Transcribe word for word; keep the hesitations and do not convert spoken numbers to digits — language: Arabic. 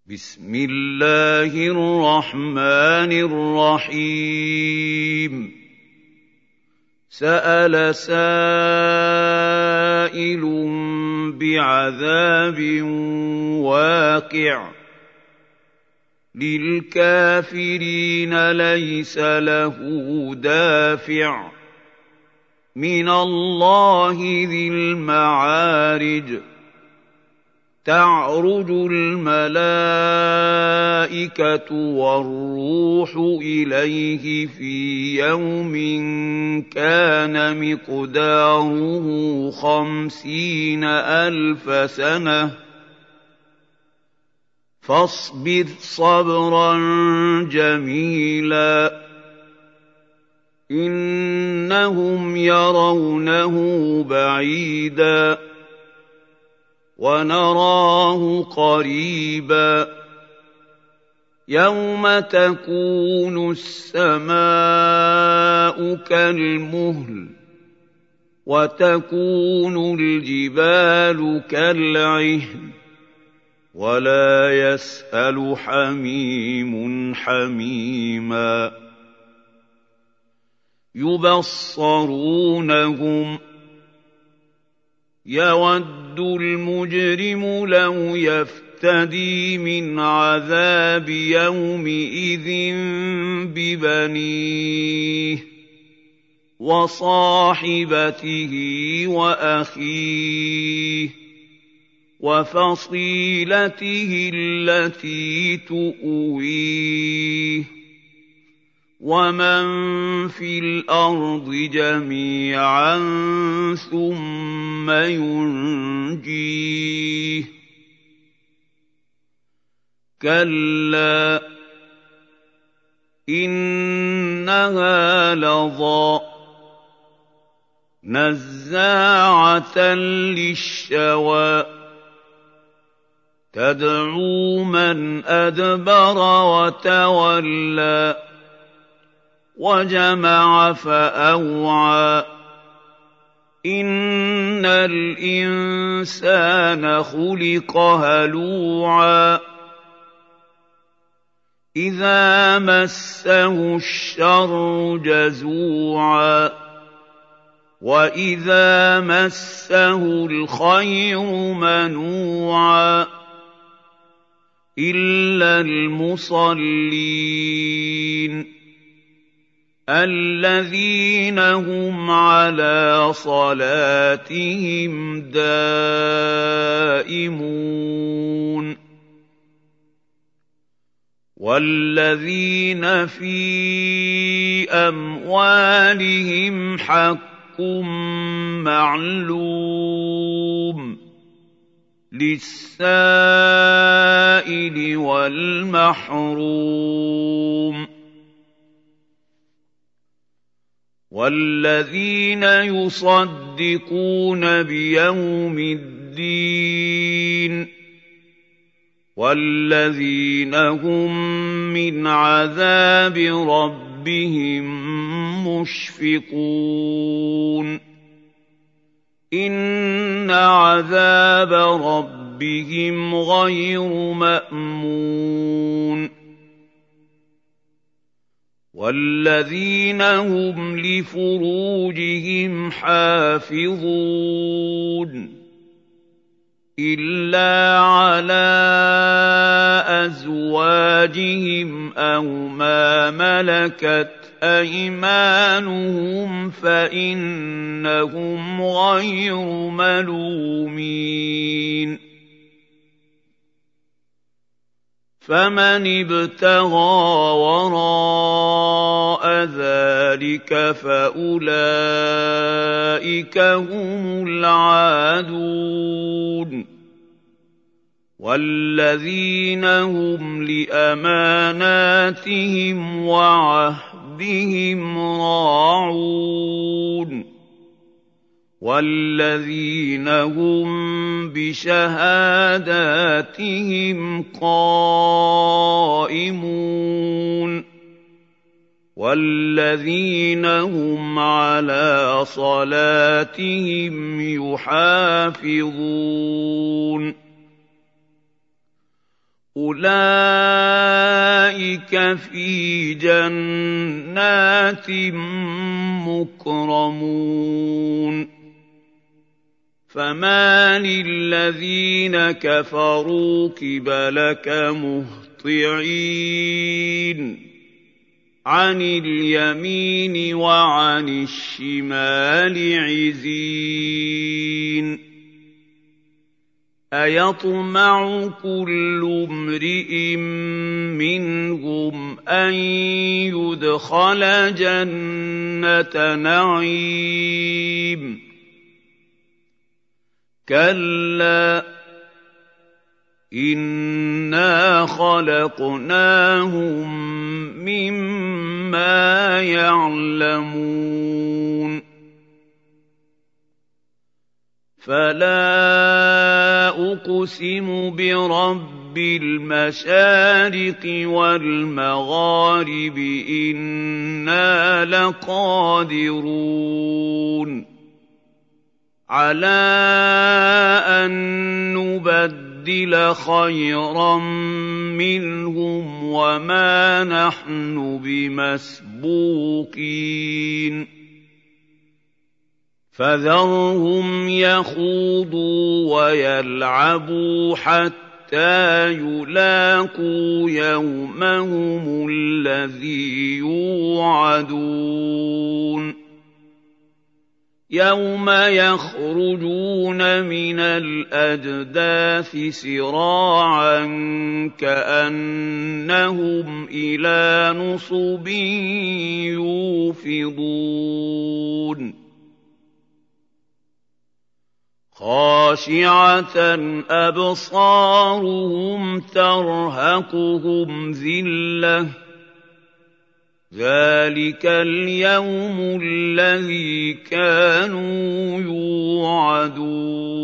بسم الله الرحمن الرحيم سأل سائل بعذاب واقع للكافرين ليس له دافع من الله ذي المعارج تعرج الملائكة والروح إليه في يوم كان مقداره خمسين ألف سنة فاصبر صبرا جميلا إنهم يرونه بعيدا ونراه قريبا يوم تكون السماء كالمهل وتكون الجبال كالعهن ولا يسأل حميم حميما يبصرونهم يود المجرم لو يفتدي من عذاب يومئذ ببنيه وصاحبته وأخيه وفصيلته التي تؤويه ومن في الأرض جميعا ثم ينجيه كلا إنها لظى نزاعة للشوى تدعو من أدبر وتولى وجمع فأوعى إن الإنسان خلق هلوعا إذا مسه الشر جزوعا وإذا مسه الخير منوعا إلا المصلين الذين هم على صلاتهم دائمون والذين في أموالهم حق معلوم للسائل والمحروم والذين يصدقون بيوم الدين والذين هم من عذاب ربهم مشفقون إن عذاب ربهم غير مأمون والذين هم لفروجهم حافظون إلا على أزواجهم أو ما ملكت أيمانهم فإنهم غير ملومين فمن ابتغى وراء ذلك فأولئك هم العادون والذين هم لأماناتهم وعهدهم راعون والذين هم بشهاداتهم قائمون والذين هم على صلاتهم يحافظون أُولَٰئِكَ فِي جَنَّاتٍ مُّكْرَمُونَ فَمَالِ الَّذِينَ كَفَرُوا قِبَلَكَ مُهْطِعِينَ عَنِ الْيَمِينِ وَعَنِ الشِّمَالِ عِزِينَ أَيَطْمَعُ كُلُّ امْرِئٍ مِّنْهُمْ أَن يُدْخَلَ جَنَّةَ نَعِيمٍ كَلَّا إِنَّا خَلَقْنَاهُم مِّمَّا يَعْلَمُونَ فَلَا أُقْسِمُ بِرَبِّ الْمَشَارِقِ وَالْمَغَارِبِ إِنَّا لَقَادِرُونَ عَلَىٰ أَن نُّبَدِّلَ خَيْرًا مِّنْهُمْ وَمَا نَحْنُ بِمَسْبُوقِينَ فَذَرْهُمْ يَخُوضُوا وَيَلْعَبُوا حَتَّىٰ يُلَاقُوا يَوْمَهُمُ الَّذِي يُوعَدُونَ يَوْمَ يَخْرُجُونَ مِنَ الْأَجْدَاثِ سِرَاعًا كَأَنَّهُمْ إِلَىٰ نُصُبٍ يُوفِضُونَ خَاشِعَةً أَبْصَارُهُمْ تَرْهَقُهُمْ ذِلَّةٌ ۚ ذَٰلِكَ الْيَوْمُ الَّذِي كَانُوا يُوعَدُونَ